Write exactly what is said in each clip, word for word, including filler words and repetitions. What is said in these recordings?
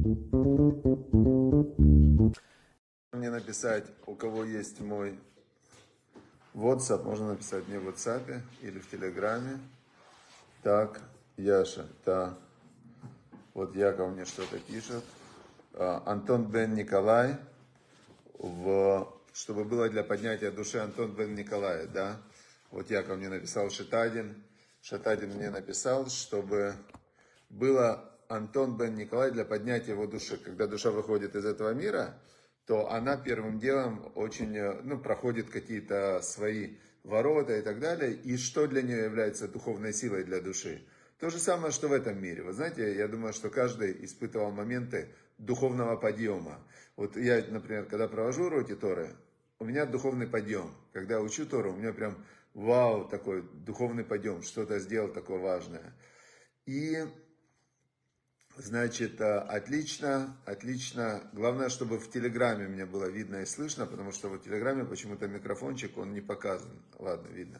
Мне написать, у кого есть мой WhatsApp, можно написать мне в WhatsApp или в Телеграме. Так, Яша, так. Вот Яков мне что-то пишет. Антон Бен Николай, в, чтобы было для поднятия души Антон Бен Николай, да. Вот Яков мне написал Шатадин. Шатадин мне написал, чтобы было Антон Бен Николай для поднятия его души. Когда душа выходит из этого мира, то она первым делом очень, ну, проходит какие-то свои ворота и так далее. И что для нее является духовной силой для души? То же самое, что в этом мире. Вы знаете, я думаю, что каждый испытывал моменты духовного подъема. Вот я, например, когда провожу уроки Торы, у меня духовный подъем. Когда учу Тору, у меня прям вау, такой духовный подъем, что-то сделал такое важное. И, значит, отлично, отлично. Главное, чтобы в Телеграме мне было видно и слышно, потому что в Телеграме почему-то микрофончик, он не показан. Ладно, видно.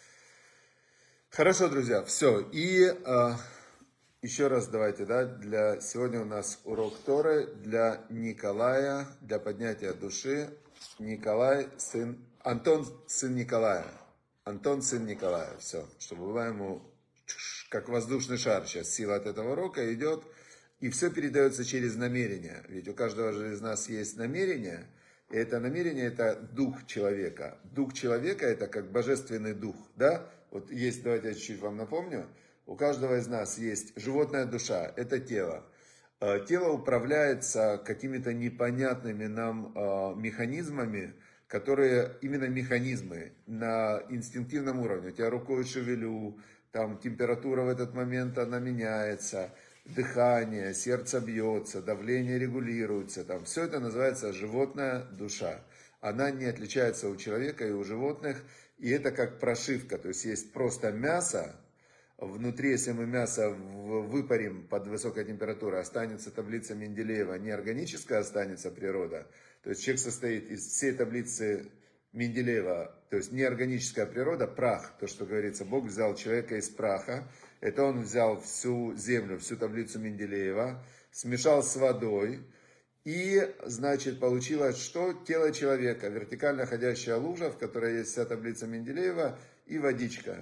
Хорошо, друзья, все. И э, еще раз давайте, да, для сегодня у нас урок Торы для Николая, для поднятия души. Николай, сын, Антон, сын Николая. Антон, сын Николая, все. Чтобы была ему, как воздушный шар сейчас, сила от этого урока идет. И все передается через намерение. Ведь у каждого же из нас есть намерение. И это намерение, это дух человека. Дух человека, это как божественный дух, да? Вот есть, давайте я чуть-чуть вам напомню. У каждого из нас есть животная душа, это тело. Тело управляется какими-то непонятными нам механизмами, которые именно механизмы на инстинктивном уровне. У тебя рукой шевелю, там температура в этот момент, она меняется, дыхание, сердце бьется, давление регулируется. Там. Все это называется животная душа. Она не отличается у человека и у животных. И это как прошивка, то есть есть просто мясо, внутри, если мы мясо выпарим под высокой температурой, останется таблица Менделеева, неорганическая останется природа. То есть человек состоит из всей таблицы Менделеева, то есть неорганическая природа, прах, то, что говорится, Бог взял человека из праха, это он взял всю землю, всю таблицу Менделеева, смешал с водой, и, значит, получилось, что тело человека, вертикально ходящая лужа, в которой есть вся таблица Менделеева, и водичка.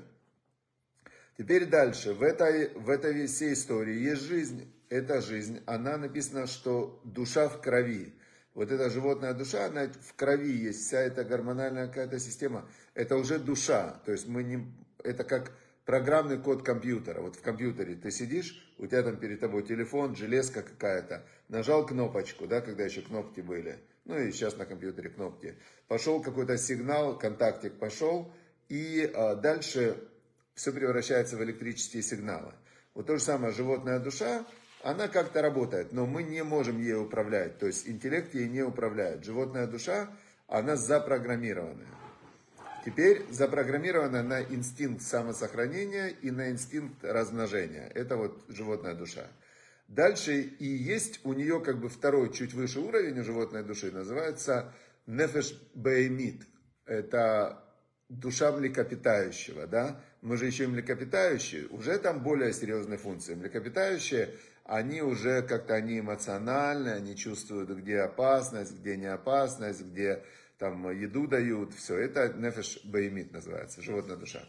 Теперь дальше, в этой, в этой всей истории есть жизнь, эта жизнь, она написана, что душа в крови. Вот эта животная душа, она в крови есть, вся эта гормональная какая-то система, это уже душа, то есть мы не, это как программный код компьютера. Вот в компьютере ты сидишь, у тебя там перед тобой телефон, железка какая-то, нажал кнопочку, да, когда еще кнопки были, ну и сейчас на компьютере кнопки, пошел какой-то сигнал, контактик пошел, и а, дальше все превращается в электрические сигналы. Вот то же самое, животная душа, она как-то работает, но мы не можем ей управлять, то есть интеллект ей не управляет. Животная душа, она запрограммированная. Теперь запрограммирована на инстинкт самосохранения и на инстинкт размножения. Это вот животная душа. Дальше и есть у нее как бы второй, чуть выше уровень у животной души, называется нефеш беймит. Это душа млекопитающего, да? Мы же еще и млекопитающие, уже там более серьезные функции. Млекопитающие, они уже как-то они эмоциональны, они чувствуют, где опасность, где не опасность, где там еду дают, все. Это нефеш беймит называется, животная душа.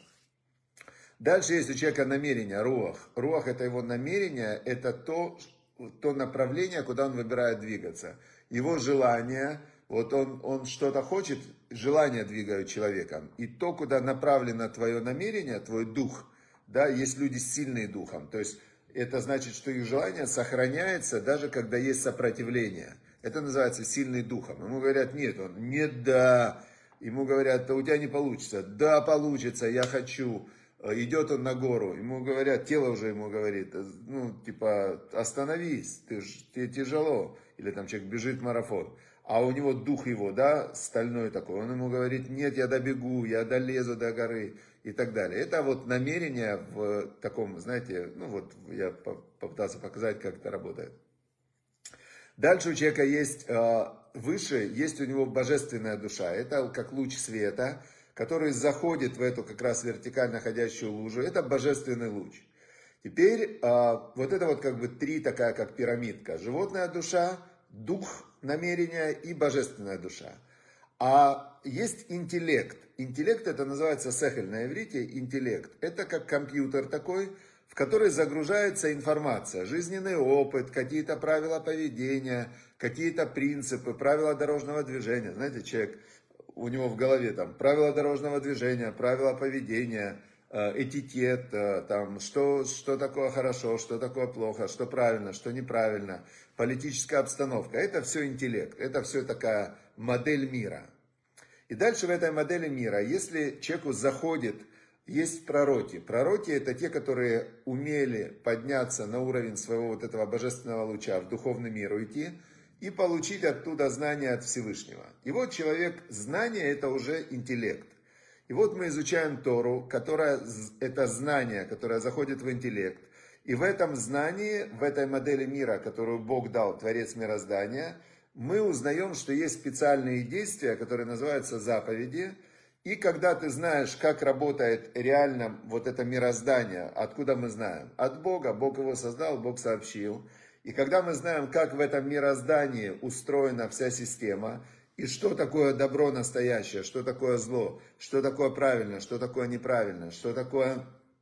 Дальше есть у человека намерение, руах. Руах это его намерение, это то, то направление, куда он выбирает двигаться. Его желание, вот он, он что-то хочет, желание двигает человеком. И то, куда направлено твое намерение, твой дух, да, есть люди сильные духом. То есть это значит, что их желание сохраняется, даже когда есть сопротивление. Это называется сильный духом. Ему говорят, нет, он, нет, да. Ему говорят, да у тебя не получится. Да, получится, я хочу. Идет он на гору, ему говорят, тело уже ему говорит, ну, типа, остановись, ты, тебе тяжело. Или там человек бежит марафон. А у него дух его, да, стальной такой. Он ему говорит, нет, я добегу, я долезу до горы и так далее. Это вот намерение в таком, знаете, ну вот я попытался показать, как это работает. Дальше у человека есть, выше, есть у него божественная душа. Это как луч света, который заходит в эту как раз вертикально ходящую лужу. Это божественный луч. Теперь а, вот это вот как бы три такая как пирамидка. Животная душа, дух намерения и божественная душа. А есть интеллект. Интеллект это называется сехель на иврите, интеллект. Это как компьютер такой, в который загружается информация, жизненный опыт, какие-то правила поведения, какие-то принципы, правила дорожного движения. Знаете, человек, у него в голове там правила дорожного движения, правила поведения, этикет, там, что, что такое хорошо, что такое плохо, что правильно, что неправильно, политическая обстановка. Это все интеллект, это все такая модель мира. И дальше в этой модели мира, если человеку заходит, есть пророки. Пророки это те, которые умели подняться на уровень своего вот этого божественного луча, в духовный мир уйти и получить оттуда знания от Всевышнего. И вот человек, знание это уже интеллект. И вот мы изучаем Тору, которая, это знание, которое заходит в интеллект. И в этом знании, в этой модели мира, которую Бог дал, Творец мироздания, мы узнаем, что есть специальные действия, которые называются заповеди. И когда ты знаешь, как работает реально вот это мироздание, откуда мы знаем? От Бога, Бог его создал, Бог сообщил. И когда мы знаем, как в этом мироздании устроена вся система, и что такое добро настоящее, что такое зло, что такое правильно, что такое неправильно, что такое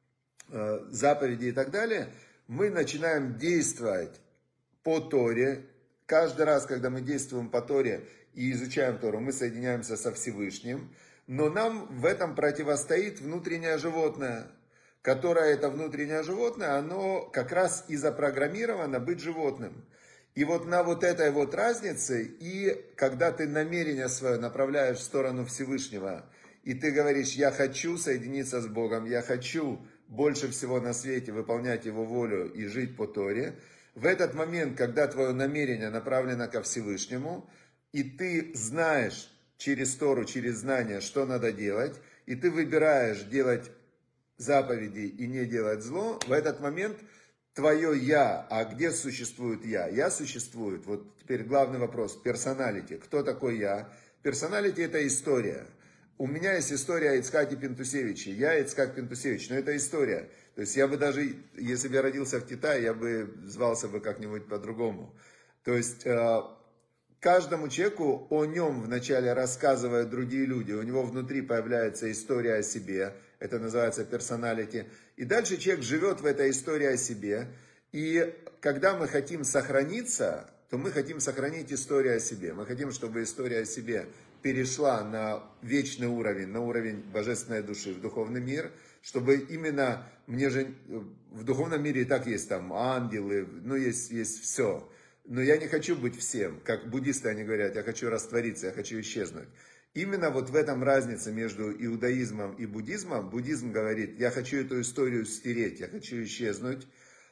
э, заповеди и так далее, мы начинаем действовать по Торе. Каждый раз, когда мы действуем по Торе и изучаем Тору, мы соединяемся со Всевышним. Но нам в этом противостоит внутреннее животное, которое это внутреннее животное, оно как раз и запрограммировано быть животным. И вот на вот этой вот разнице, и когда ты намерение свое направляешь в сторону Всевышнего, и ты говоришь, я хочу соединиться с Богом, я хочу больше всего на свете выполнять Его волю и жить по Торе, в этот момент, когда твое намерение направлено ко Всевышнему, и ты знаешь через Тору, через знания, что надо делать, и ты выбираешь делать заповеди и не делать зло, в этот момент твое «я», а где существует «я»? «Я» существует, вот теперь главный вопрос, персоналити. Кто такой «я»? Персоналити это история. У меня есть история о Ицхаке Пентусевиче. Я Ицхак Пентусевич, но это история. То есть я бы даже, если бы я родился в Китае, я бы звался бы как-нибудь по-другому. То есть каждому человеку о нем вначале рассказывают другие люди. У него внутри появляется история о себе. Это называется персоналити. И дальше человек живет в этой истории о себе. И когда мы хотим сохраниться, то мы хотим сохранить историю о себе. Мы хотим, чтобы история о себе перешла на вечный уровень, на уровень божественной души, в духовный мир. Чтобы именно, мне же в духовном мире и так есть там ангелы, ну есть, есть все. Но я не хочу быть всем, как буддисты они говорят, я хочу раствориться, я хочу исчезнуть. Именно вот в этом разница между иудаизмом и буддизмом. Буддизм говорит, я хочу эту историю стереть, я хочу исчезнуть.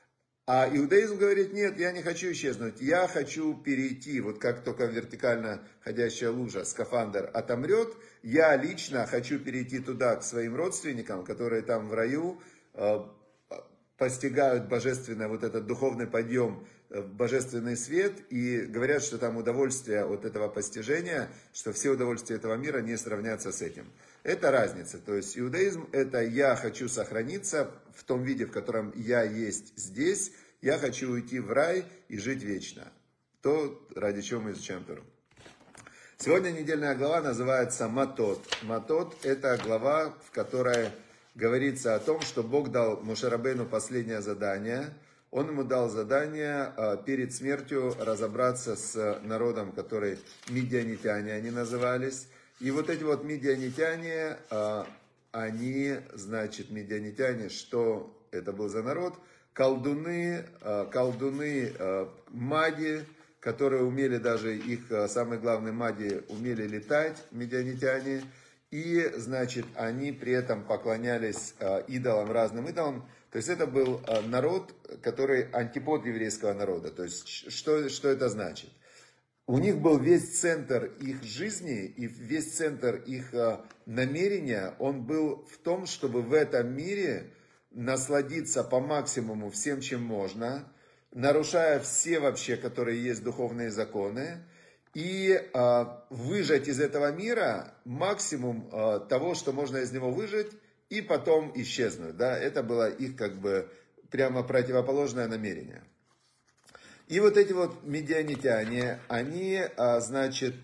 А иудаизм говорит, нет, я не хочу исчезнуть, я хочу перейти. Вот как только вертикально ходящая лужа, скафандр отомрет, я лично хочу перейти туда, к своим родственникам, которые там в раю постигают божественный вот этот духовный подъем, божественный свет, и говорят, что там удовольствие от этого постижения, что все удовольствия этого мира не сравнятся с этим. Это разница. То есть иудаизм это я хочу сохраниться в том виде, в котором я есть здесь, я хочу уйти в рай и жить вечно. То, ради чего мы изучаем Тору. Сегодня недельная глава называется Матот. Матот это глава, в которой говорится о том, что Бог дал Моше Рабейну последнее задание. Он ему дал задание перед смертью разобраться с народом, который мидианитяне они назывались. И вот эти вот мидианитяне, они, значит, мидианитяне, что это был за народ? Колдуны, колдуны, маги, которые умели даже, их самый главный маги, умели летать, мидианитяне. И, значит, они при этом поклонялись идолам, разным идолам. То есть это был народ, который антипод еврейского народа. То есть что, что это значит? У них был весь центр их жизни и весь центр их намерения, он был в том, чтобы в этом мире насладиться по максимуму всем, чем можно, нарушая все вообще, которые есть духовные законы, и выжать из этого мира максимум того, что можно из него выжать, и потом исчезнуть. Да? Это было их как бы прямо противоположное намерение. И вот эти вот медианитяне, они, значит,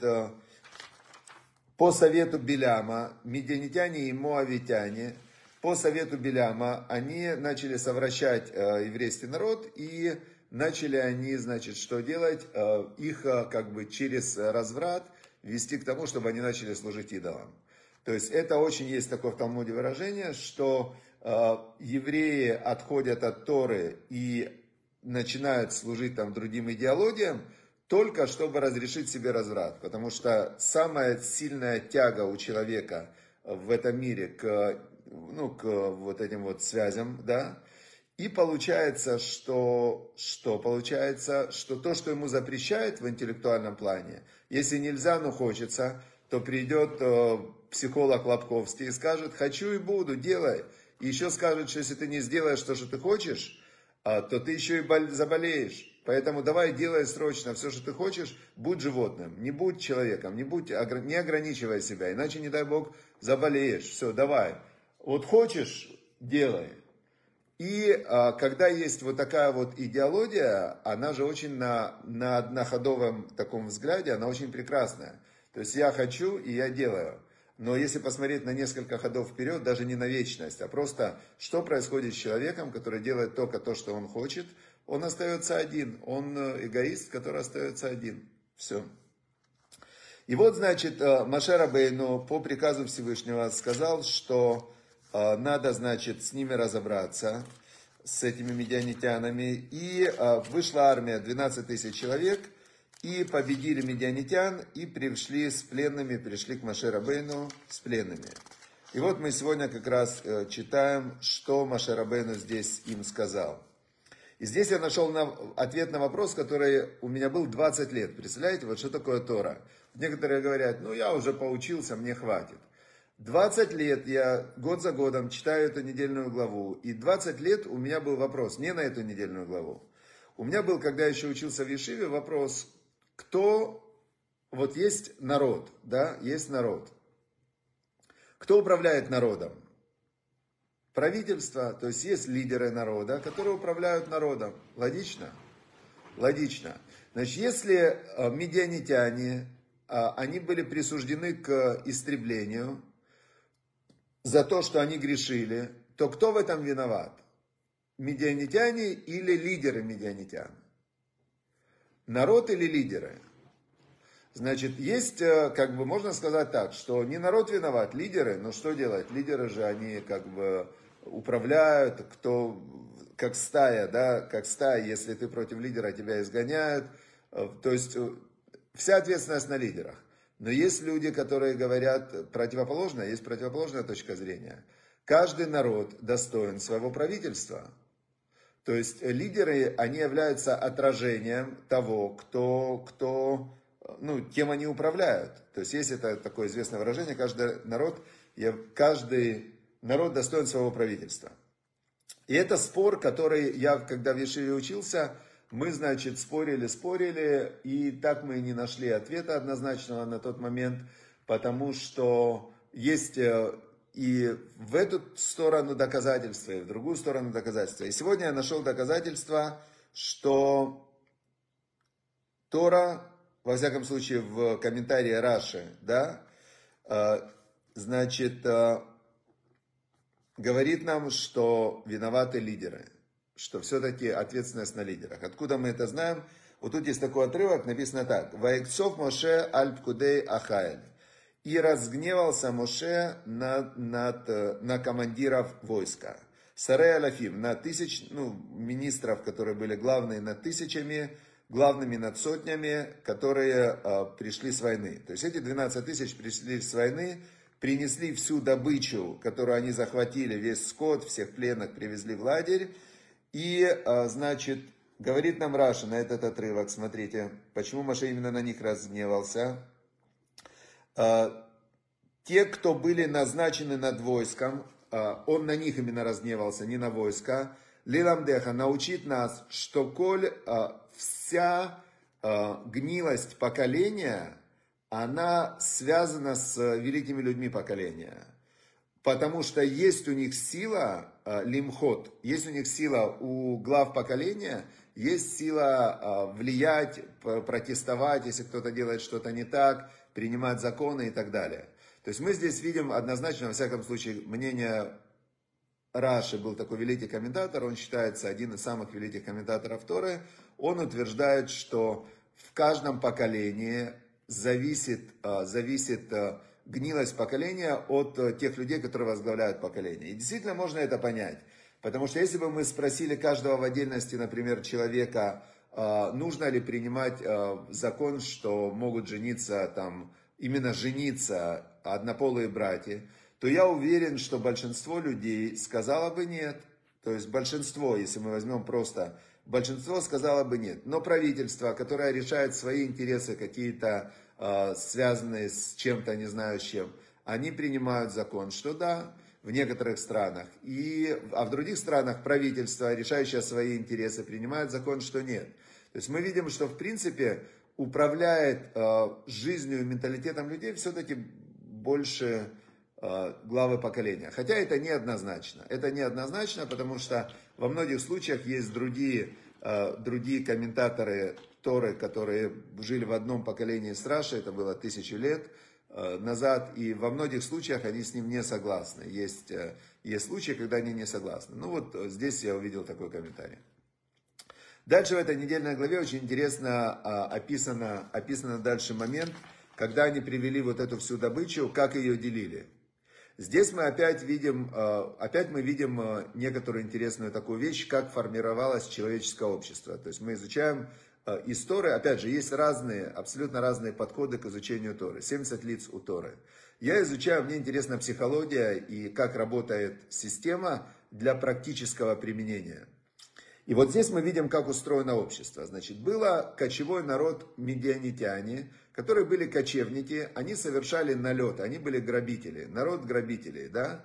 по совету Биляма, медианитяне и моавитяне, по совету Биляма, они начали совращать еврейский народ, и начали они, значит, что делать? Их как бы через разврат вести к тому, чтобы они начали служить идолам. То есть это очень есть такое в Талмуде выражение, что евреи отходят от Торы и начинают служить там другим идеологиям, только чтобы разрешить себе разврат. Потому что самая сильная тяга у человека в этом мире к, ну, к вот этим вот связям, да, и получается, что, что получается, что то, что ему запрещают в интеллектуальном плане, если нельзя, но хочется, то придет э, психолог Лобковский и скажет: хочу и буду, делай. И еще скажет, что если ты не сделаешь то, что ты хочешь, то ты еще и заболеешь. Поэтому давай делай срочно все, что ты хочешь, будь животным, не будь человеком, не, будь, не ограничивай себя, иначе, не дай Бог, заболеешь. Все, давай. Вот хочешь, делай. И а, когда есть вот такая вот идеология, она же очень на, на одноходовом таком взгляде, она очень прекрасная. То есть я хочу и я делаю. Но если посмотреть на несколько ходов вперед, даже не на вечность, а просто что происходит с человеком, который делает только то, что он хочет, он остается один. Он эгоист, который остается один. Все. И вот, значит, Моше Рабейну по приказу Всевышнего сказал, что надо, значит, с ними разобраться, с этими медианитянами. И вышла армия, двенадцать тысяч человек, и победили медианитян, и пришли с пленными, пришли к Моше Рабейну с пленными. И вот мы сегодня как раз читаем, что Моше Рабейну здесь им сказал. И здесь я нашел ответ на вопрос, который у меня был двадцать лет. Представляете, вот что такое Тора? Некоторые говорят: ну я уже поучился, мне хватит. двадцать лет я год за годом читаю эту недельную главу. И двадцать лет у меня был вопрос не на эту недельную главу. У меня был, когда я еще учился в Ешиве, вопрос: кто, вот есть народ, да, есть народ. Кто управляет народом? Правительство, то есть есть лидеры народа, которые управляют народом. Логично? Логично. Значит, если медианитяне, они были присуждены к истреблению за то, что они грешили, то кто в этом виноват? Медианитяне или лидеры медианитян? Народ или лидеры? Значит, есть, как бы, можно сказать так, что не народ виноват, лидеры, но что делать? Лидеры же, они как бы управляют, кто, как стая, да, как стая, если ты против лидера, тебя изгоняют. То есть, вся ответственность на лидерах. Но есть люди, которые говорят противоположное, есть противоположная точка зрения. Каждый народ достоин своего правительства. То есть, лидеры, они являются отражением того, кто, кто, ну, кем они управляют. То есть, есть это такое известное выражение: каждый народ, каждый народ достоин своего правительства. И это спор, который я, когда в Ешиве учился, мы, значит, спорили, спорили, и так мы и не нашли ответа однозначного на тот момент, потому что есть и в эту сторону доказательства, и в другую сторону доказательства. И сегодня я нашел доказательства, что Тора, во всяком случае в комментарии Раши, да, значит, говорит нам, что виноваты лидеры, что все-таки ответственность на лидерах. Откуда мы это знаем? Вот тут есть такой отрывок, написано так: «Ваикцов Моше аль пкудей Ахайль». И разгневался Моше над, над, на командиров войска. Сарей Аляфим, на тысяч, ну, министров, которые были главные над тысячами, главными над сотнями, которые э, пришли с войны. То есть эти двенадцать тысяч пришли с войны, принесли всю добычу, которую они захватили, весь скот, всех пленных привезли в лагерь. И, э, значит, говорит нам Раша на этот отрывок, смотрите, почему Моше именно на них разгневался. Те, кто были назначены над войском, он на них именно разгневался, не на войско. Лиламдеха научит нас, что коль вся гнилость поколения, она связана с великими людьми поколения. Потому что есть у них сила э, лимхот. Есть у них сила, у глав поколения есть сила э, влиять, протестовать, если кто-то делает что-то не так, принимать законы и так далее. То есть мы здесь видим однозначно, во всяком случае, мнение Раши, был такой великий комментатор, он считается один из самых великих комментаторов Торы. Он утверждает, что в каждом поколении зависит, зависит гнилость поколения от тех людей, которые возглавляют поколение. И действительно можно это понять. Потому что если бы мы спросили каждого в отдельности, например, человека, нужно ли принимать закон, что могут жениться, там, именно жениться однополые братья, то я уверен, что большинство людей сказало бы нет. То есть большинство, если мы возьмем просто, большинство сказало бы нет. Но правительство, которое решает свои интересы какие-то, э, связанные с чем-то, не знаю с чем, они принимают закон, что да, в некоторых странах. И, а в других странах правительство, решающее свои интересы, принимает закон, что нет. То есть мы видим, что в принципе управляет э, жизнью и менталитетом людей все-таки больше главы поколения. Хотя это неоднозначно. Это неоднозначно, потому что во многих случаях есть другие, другие комментаторы Торы, которые жили в одном поколении с Рашей, это было тысячу лет назад, и во многих случаях они с ним не согласны. Есть, есть случаи, когда они не согласны. Ну вот здесь я увидел такой комментарий. Дальше в этой недельной главе очень интересно описано, описано дальше момент, когда они привели вот эту всю добычу, как ее делили. Здесь мы опять видим, опять мы видим некоторую интересную такую вещь, как формировалось человеческое общество. То есть мы изучаем из Торы, опять же, есть разные, абсолютно разные подходы к изучению Торы. семьдесят лиц у Торы. Я изучаю, мне интересна психология и как работает система для практического применения. И вот здесь мы видим, как устроено общество. Значит, было кочевой народ медианитяне, которые были кочевники, они совершали налеты, они были грабители, народ грабителей, да,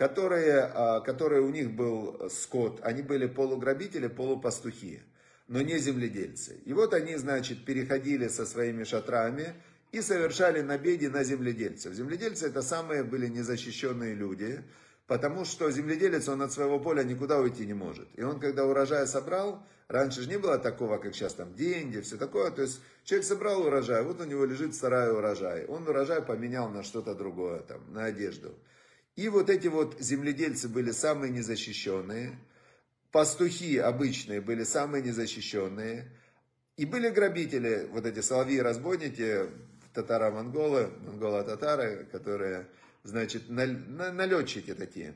которые, которые у них был скот, они были полуграбители, полупастухи, но не земледельцы. И вот они, значит, переходили со своими шатрами и совершали набеги на земледельцев. Земледельцы это самые были незащищенные люди, потому что земледелец, он от своего поля никуда уйти не может. И он, когда урожай собрал, раньше же не было такого, как сейчас там деньги, все такое. То есть человек собрал урожай, вот у него лежит сарай урожай. Он урожай поменял на что-то другое, там, на одежду. И вот эти вот земледельцы были самые незащищенные. Пастухи обычные были самые незащищенные. И были грабители, вот эти соловьи-разбойники, татаро-монголы, монголо-татары, которые... Значит, налетчики такие.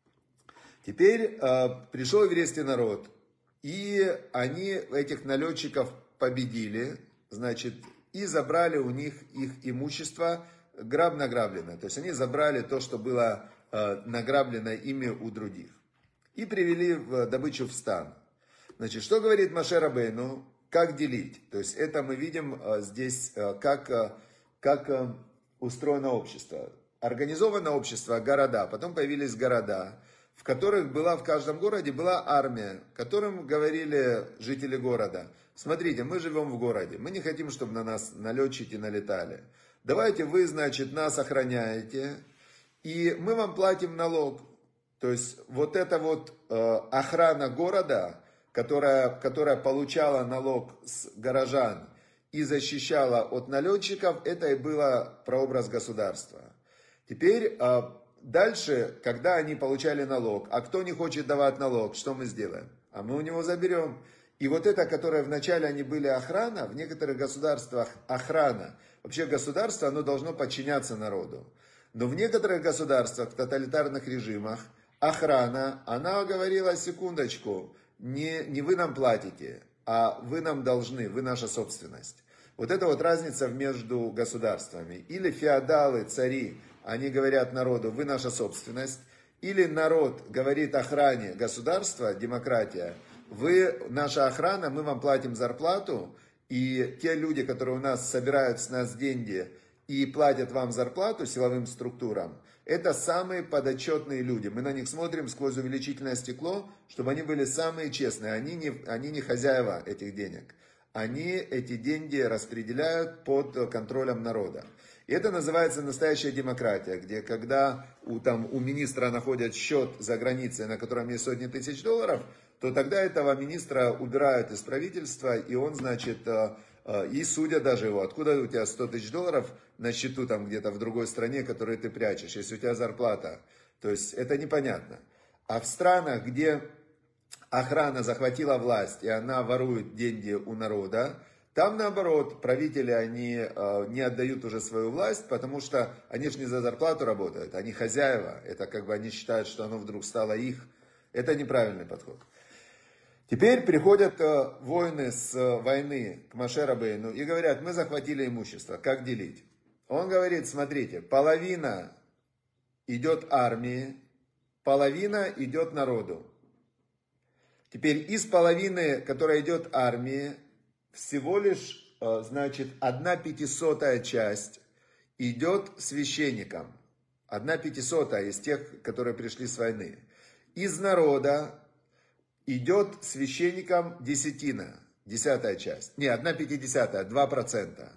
Теперь э, пришел еврейский народ, и они этих налетчиков победили, значит, и забрали у них их имущество граб награбленное. То есть они забрали то, что было э, награблено ими у других. И привели в добычу в стан. Значит, что говорит Моше Рабейну? Как делить? То есть это мы видим э, здесь, э, как, э, как э, устроено общество. Организовано общество, города, потом появились города, в которых была, в каждом городе была армия, которым говорили жители города: смотрите, мы живем в городе, мы не хотим, чтобы на нас налетчики налетали. Давайте вы, значит, нас охраняете, и мы вам платим налог. То есть вот эта вот э, охрана города, которая, которая получала налог с горожан и защищала от налетчиков, это и было прообраз государства. Теперь дальше, когда они получали налог, а кто не хочет давать налог, что мы сделаем? А мы у него заберем. И вот это, которое вначале они были охрана, в некоторых государствах охрана. Вообще государство, оно должно подчиняться народу. Но в некоторых государствах, в тоталитарных режимах, охрана, она говорила: секундочку, не, не вы нам платите, а вы нам должны, вы наша собственность. Вот это вот разница между государствами. Или феодалы, цари, они говорят народу: вы наша собственность. Или народ говорит охране государства, демократия: вы наша охрана, мы вам платим зарплату. И те люди, которые у нас собирают с нас деньги и платят вам зарплату силовым структурам, это самые подотчетные люди. Мы на них смотрим сквозь увеличительное стекло, чтобы они были самые честные. Они не, они не хозяева этих денег. они эти деньги распределяют под контролем народа. И это называется настоящая демократия, где когда у, там, у министра находят счет за границей, на котором есть сотни тысяч долларов, то тогда этого министра убирают из правительства, и он, значит, и судят даже его. Откуда у тебя сто тысяч долларов на счету там где-то в другой стране, которые ты прячешь, если у тебя зарплата? То есть это непонятно. А в странах, где охрана захватила власть, и она ворует деньги у народа, там наоборот, правители, они э, не отдают уже свою власть, потому что они же не за зарплату работают, они хозяева. Это как бы они считают, что оно вдруг стало их. Это неправильный подход. Теперь приходят э, воины с э, войны к Моше Рабейну и говорят, мы захватили имущество, как делить? Он говорит, смотрите, половина идет армии, половина идет народу. Теперь из половины, которая идет армии, всего лишь, значит, одна пятисотая часть идет священникам. Одна пятисотая из тех, которые пришли с войны. Из народа идет священникам десятина, десятая часть. Не, одна пятидесятая, два процента.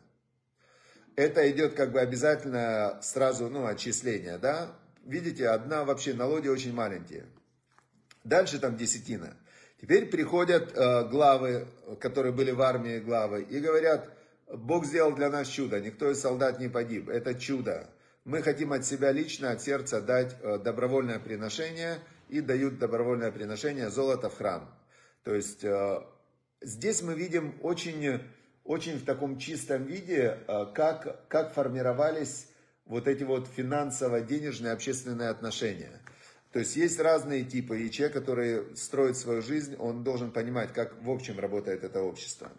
Это идет как бы обязательно сразу, ну, отчисление, да? Видите, одна вообще налоги очень маленькие. Дальше там десятина. Теперь приходят э, главы, которые были в армии главы, и говорят, Бог сделал для нас чудо, никто из солдат не погиб, это чудо. Мы хотим от себя лично, от сердца дать э, добровольное приношение, и дают добровольное приношение золота в храм. То есть э, здесь мы видим очень, очень в таком чистом виде, э, как, как формировались вот эти вот финансово-денежные общественные отношения. То есть есть разные типы, и человек, который строит свою жизнь, он должен понимать, как в общем работает это общество.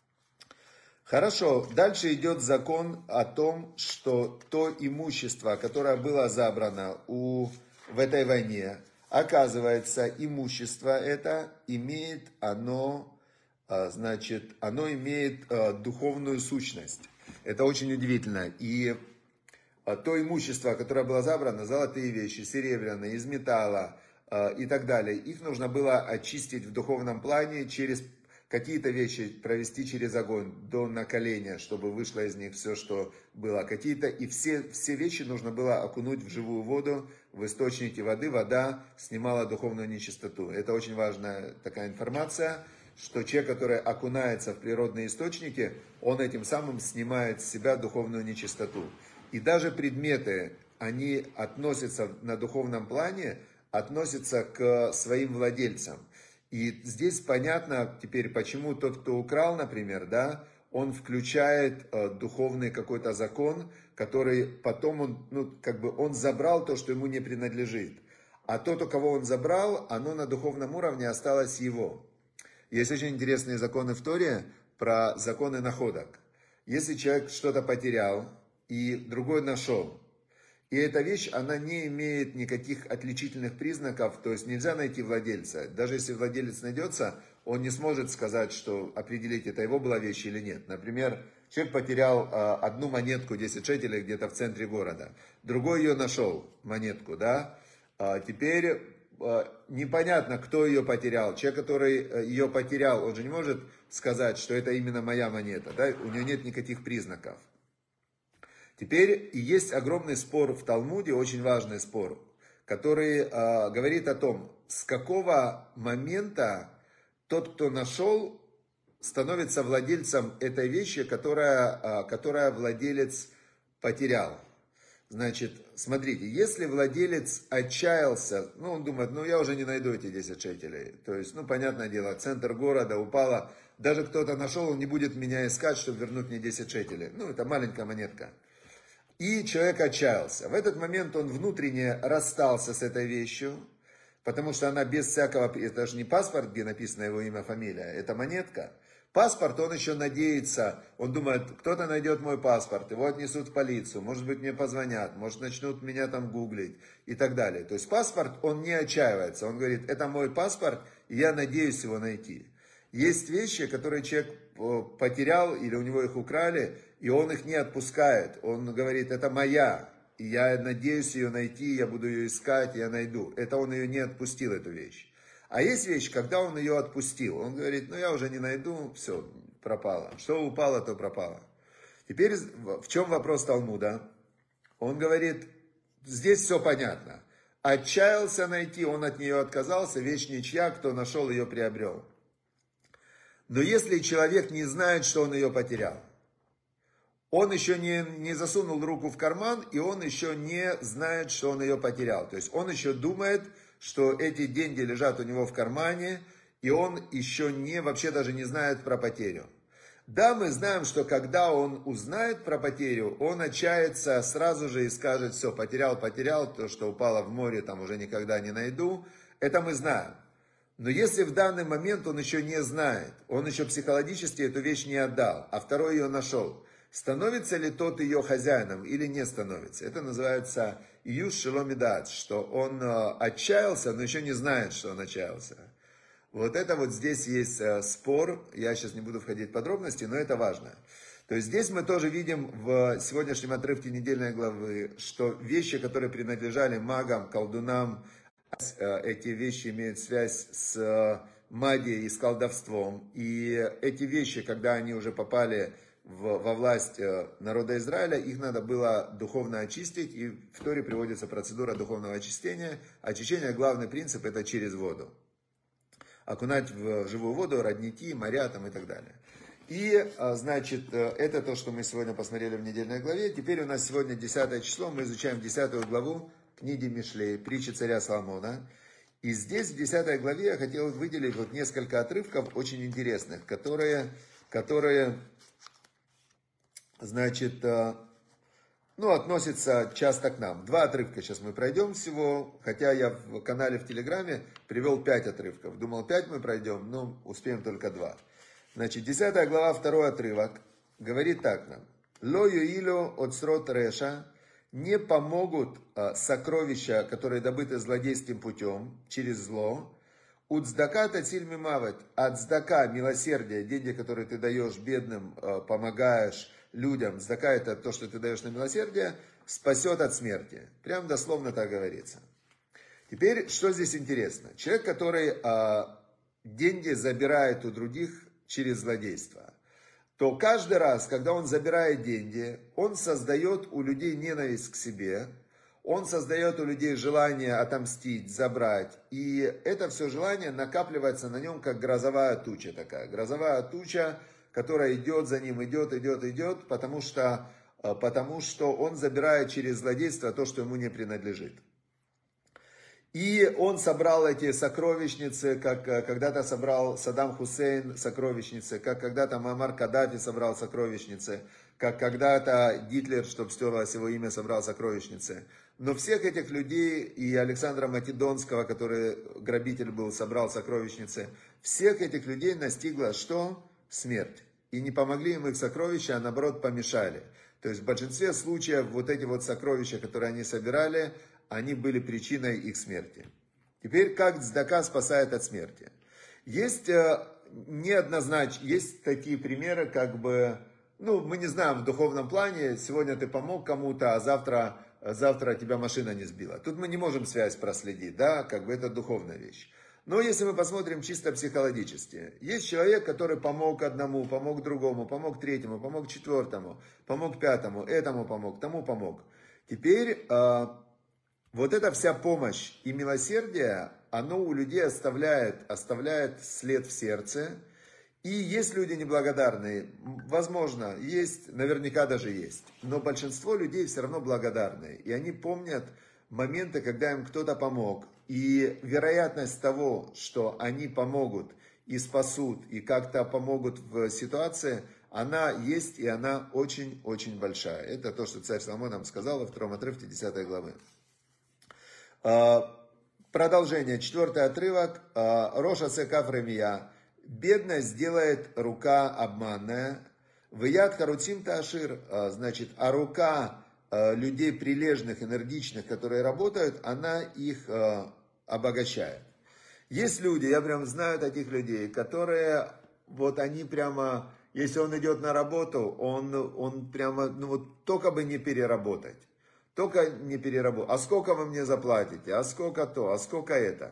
Хорошо, дальше идет закон о том, что то имущество, которое было забрано у, в этой войне, оказывается, имущество это имеет, оно, значит, оно имеет духовную сущность. Это очень удивительно. И то имущество, которое было забрано, золотые вещи, серебряные, из металла э, и так далее, их нужно было очистить в духовном плане, через какие-то вещи провести через огонь до накаления, чтобы вышло из них все, что было. Какие-то, и все, все вещи нужно было окунуть в живую воду, в источники воды. Вода снимала духовную нечистоту. Это очень важная такая информация, что человек, который окунается в природные источники, он этим самым снимает с себя духовную нечистоту. И даже предметы, они относятся на духовном плане, относятся к своим владельцам. И здесь понятно теперь, почему тот, кто украл, например, да, он включает э, духовный какой-то закон, который потом он, ну, как бы он забрал то, что ему не принадлежит. А тот, у кого он забрал, оно на духовном уровне осталось его. Есть очень интересные законы в Торе про законы находок. Если человек что-то потерял, и другой нашел. И эта вещь, она не имеет никаких отличительных признаков, то есть нельзя найти владельца. Даже если владелец найдется, он не сможет сказать, что определить, это его была вещь или нет. Например, человек потерял э, одну монетку, десять шекелей где-то в центре города. Другой ее нашел, монетку, да. А теперь э, непонятно, кто ее потерял. Человек, который ее потерял, он же не может сказать, что это именно моя монета, да. У нее нет никаких признаков. Теперь и есть огромный спор в Талмуде, очень важный спор, который э, говорит о том, с какого момента тот, кто нашел, становится владельцем этой вещи, которая, э, которая владелец потерял. Значит, смотрите, если владелец отчаялся, ну он думает, ну я уже не найду эти десять шекелей, то есть, ну понятное дело, центр города упало, даже кто-то нашел, он не будет меня искать, чтобы вернуть мне десять шекелей, ну это маленькая монетка. И человек отчаялся. В этот момент он внутренне расстался с этой вещью, потому что она без всякого... Это же не паспорт, где написано его имя, фамилия, это монетка. Паспорт, он еще надеется, он думает, кто-то найдет мой паспорт, его отнесут в полицию, может быть, мне позвонят, может, начнут меня там гуглить и так далее. То есть паспорт, он не отчаивается, он говорит, это мой паспорт, и я надеюсь его найти. Есть вещи, которые человек потерял, или у него их украли, и он их не отпускает. Он говорит, это моя, и я надеюсь ее найти, я буду ее искать, я найду. Это он ее не отпустил, эту вещь. А есть вещь, когда он ее отпустил. Он говорит, ну я уже не найду, все, пропало. Что упало, то пропало. Теперь в чем вопрос Талмуда? Он говорит, здесь все понятно. Отчаялся найти, он от нее отказался, вещь ничья, кто нашел, ее приобрел. Но если человек не знает, что он ее потерял, он еще не, не засунул руку в карман, и он еще не знает, что он ее потерял. То есть он еще думает, что эти деньги лежат у него в кармане, и он еще не, вообще даже не знает про потерю. Да, мы знаем, что когда он узнает про потерю, он отчается сразу же и скажет, все, потерял, потерял, то, что упало в море, там уже никогда не найду. Это мы знаем. Но если в данный момент он еще не знает, он еще психологически эту вещь не отдал, а второй ее нашел, становится ли тот ее хозяином или не становится? Это называется июш шеломидат, что он отчаялся, но еще не знает, что он отчаялся. Вот это вот здесь есть спор, я сейчас не буду входить в подробности, но это важно. То есть здесь мы тоже видим в сегодняшнем отрывке недельной главы, что вещи, которые принадлежали магам, колдунам, эти вещи имеют связь с магией и с колдовством. И эти вещи, когда они уже попали в, во власть народа Израиля, их надо было духовно очистить. И в Торе приводится процедура духовного очищения. Очищение, главный принцип, это через воду. Окунать в живую воду родники, моря там и так далее. И, значит, это то, что мы сегодня посмотрели в недельной главе. Теперь у нас сегодня десятое число, мы изучаем десятую главу книги Мишлей, притчи царя Соломона. И здесь в десятой главе я хотел выделить вот несколько отрывков очень интересных, которые, которые значит, ну, относятся часто к нам. Два отрывка сейчас мы пройдем всего, хотя я в канале в Телеграме привел пять отрывков. Думал, пять мы пройдем, но успеем только два. Значит, десятая глава, второй отрывок, говорит так нам. «Ло юило отсрот реша» не помогут сокровища, которые добыты злодейским путем, через зло. «Уцдака тациль мимавет» от цдака, милосердия, деньги, которые ты даешь бедным, помогаешь людям, цдака это то, что ты даешь на милосердие, спасет от смерти. Прям дословно так говорится. Теперь, что здесь интересно? Человек, который а, деньги забирает у других через злодейство, то каждый раз, когда он забирает деньги, он создает у людей ненависть к себе, он создает у людей желание отомстить, забрать. И это все желание накапливается на нем, как грозовая туча такая. Грозовая туча, которая идет за ним, идет, идет, идет, потому что, потому что он забирает через злодейство то, что ему не принадлежит. И он собрал эти сокровищницы, как когда-то собрал Саддам Хусейн сокровищницы, как когда-то Муаммар Каддафи собрал сокровищницы, как когда-то Гитлер, чтобы стерлось его имя, собрал сокровищницы. Но всех этих людей, и Александра Македонского, который грабитель был, собрал сокровищницы, всех этих людей настигла что? Смерть. И не помогли им их сокровища, а наоборот помешали. То есть в большинстве случаев вот эти вот сокровища, которые они собирали, они были причиной их смерти. Теперь, как цдака спасает от смерти? Есть э, неоднозначно, есть такие примеры, как бы, ну, мы не знаем в духовном плане, сегодня ты помог кому-то, а завтра, завтра тебя машина не сбила. Тут мы не можем связь проследить, да, как бы это духовная вещь. Но если мы посмотрим чисто психологически, есть человек, который помог одному, помог другому, помог третьему, помог четвертому, помог пятому, этому помог, тому помог. Теперь э, вот эта вся помощь и милосердие, оно у людей оставляет, оставляет след в сердце. И есть люди неблагодарные, возможно, есть, наверняка даже есть. Но большинство людей все равно благодарны. И они помнят моменты, когда им кто-то помог. И вероятность того, что они помогут и спасут, и как-то помогут в ситуации, она есть, и она очень-очень большая. Это то, что царь Соломон нам сказал во втором отрывке десятой главы. Продолжение, четвертый отрывок. Роша секав ремия. Бедность делает рука обманная. Вияд харутим таашир. Значит, а рука людей прилежных, энергичных, которые работают, она их обогащает. Есть люди, я прям знаю таких людей, которые, вот они прямо, если он идет на работу, он, он прямо, ну вот только бы не переработать. Только не переработать. А сколько вы мне заплатите? А сколько то? А сколько это?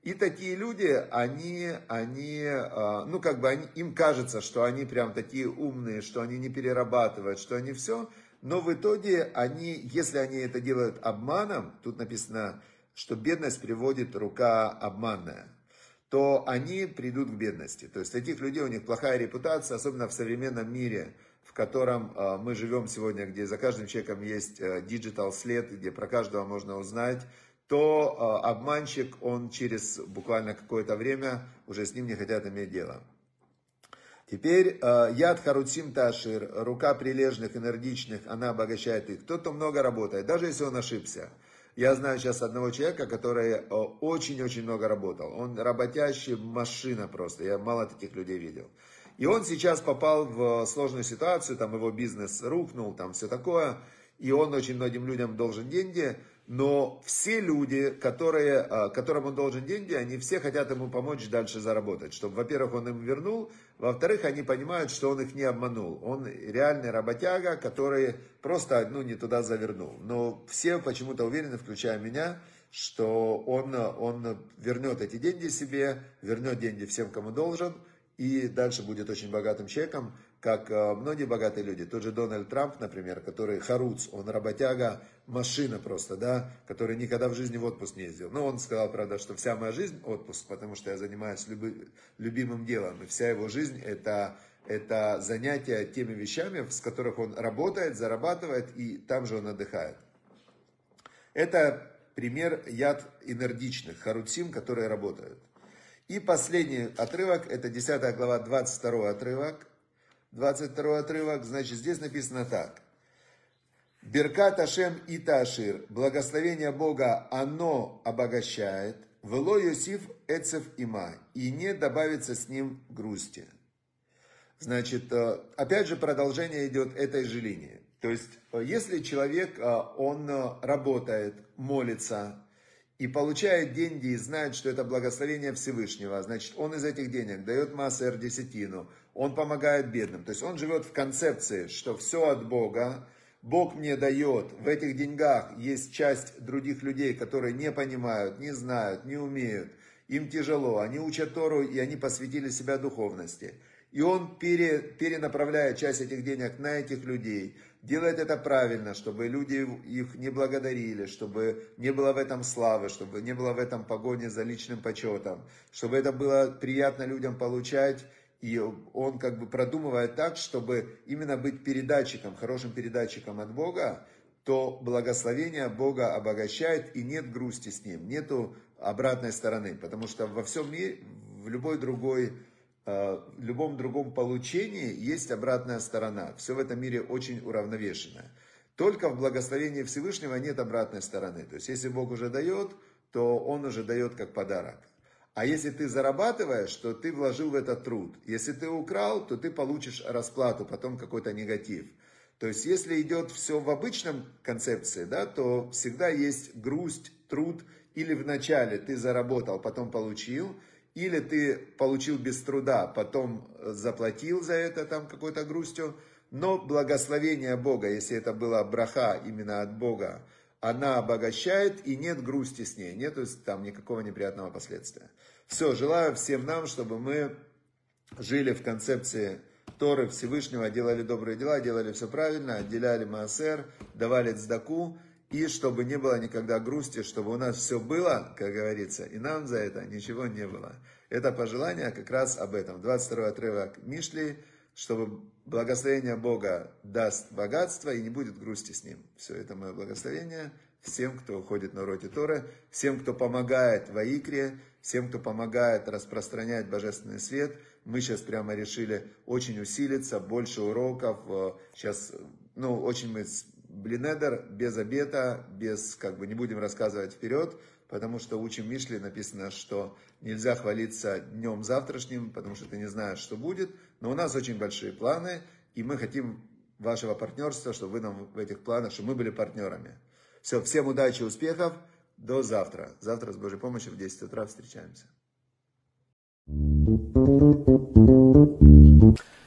И такие люди, они, они, ну как бы они, им кажется, что они прям такие умные, что они не перерабатывают, что они все, но в итоге они, если они это делают обманом, тут написано, что бедность приводит рука обманная, то они придут к бедности. То есть таких людей, у них плохая репутация, особенно в современном мире, в котором мы живем сегодня, где за каждым человеком есть диджитал след, где про каждого можно узнать, то обманщик, он через буквально какое-то время, уже с ним не хотят иметь дело. Теперь яд харуцим ташир, рука прилежных, энергичных, она обогащает их. Тот, кто много работает, даже если он ошибся. Я знаю сейчас одного человека, который очень-очень много работал. Он работящий машина просто, я мало таких людей видел. И он сейчас попал в сложную ситуацию, там его бизнес рухнул, там все такое. И он очень многим людям должен деньги. Но все люди, которые, которым он должен деньги, они все хотят ему помочь дальше заработать. Чтобы, во-первых, он им вернул, во-вторых, они понимают, что он их не обманул. Он реальный работяга, который просто ну, не туда завернул. Но все почему-то уверены, включая меня, что он, он вернет эти деньги себе, вернет деньги всем, кому должен, и дальше будет очень богатым человеком, как многие богатые люди. Тот же Дональд Трамп, например, который харуц, он работяга, машина просто, да, который никогда в жизни в отпуск не ездил. Но он сказал, правда, что вся моя жизнь отпуск, потому что я занимаюсь люби, любимым делом. И вся его жизнь это, это занятие теми вещами, с которых он работает, зарабатывает, и там же он отдыхает. Это пример яд энергичных, харуцим, которые работают. И последний отрывок, это десятая глава, двадцать второй отрывок. двадцать второй отрывок, значит, здесь написано так. Беркат Ашем и Ташир, благословение Бога, оно обогащает, вело Йосиф эцев има, и не добавится с ним грусти. Значит, опять же продолжение идет этой же линии. То есть, если человек, он работает, молится, и получает деньги и знает, что это благословение Всевышнего, значит, он из этих денег дает массер десятину, он помогает бедным. То есть он живет в концепции, что все от Бога, Бог мне дает, в этих деньгах есть часть других людей, которые не понимают, не знают, не умеют, им тяжело, они учат Тору и они посвятили себя духовности. И он пере, перенаправляет часть этих денег на этих людей, делает это правильно, чтобы люди их не благодарили, чтобы не было в этом славы, чтобы не было в этом погони за личным почетом, чтобы это было приятно людям получать. И он как бы продумывает так, чтобы именно быть передатчиком, хорошим передатчиком от Бога, то благословение Бога обогащает и нет грусти с ним, нету обратной стороны. Потому что во всем мире, в любой другой в любом другом получении есть обратная сторона. Все в этом мире очень уравновешено. Только в благословении Всевышнего нет обратной стороны. То есть, если Бог уже дает, то Он уже дает как подарок. А если ты зарабатываешь, то ты вложил в это труд. Если ты украл, то ты получишь расплату, потом какой-то негатив. То есть, если идет все в обычном концепции, да, то всегда есть грусть, труд. Или вначале ты заработал, потом получил. Или ты получил без труда, потом заплатил за это там какой-то грустью. Но благословение Бога, если это была браха именно от Бога, она обогащает и нет грусти с ней, нет там никакого неприятного последствия. Все, желаю всем нам, чтобы мы жили в концепции Торы Всевышнего, делали добрые дела, делали все правильно, отделяли маасер, давали цдаку. И чтобы не было никогда грусти, чтобы у нас все было, как говорится, и нам за это ничего не было. Это пожелание как раз об этом. двадцать второй отрывок Мишли, чтобы благословение Бога даст богатство и не будет грусти с ним. Все, это мое благословение всем, кто уходит на уроки Торы, всем, кто помогает в Аикре, всем, кто помогает распространять божественный свет. Мы сейчас прямо решили очень усилиться, больше уроков. Сейчас, ну, очень мы... Блинедер без обета, без, как бы, не будем рассказывать вперед, потому что учим Мишли, написано, что нельзя хвалиться днем завтрашним, потому что ты не знаешь, что будет. Но у нас очень большие планы, и мы хотим вашего партнерства, чтобы вы нам в этих планах, чтобы мы были партнерами. Все, всем удачи, успехов, до завтра. Завтра с Божьей помощью в десять утра встречаемся.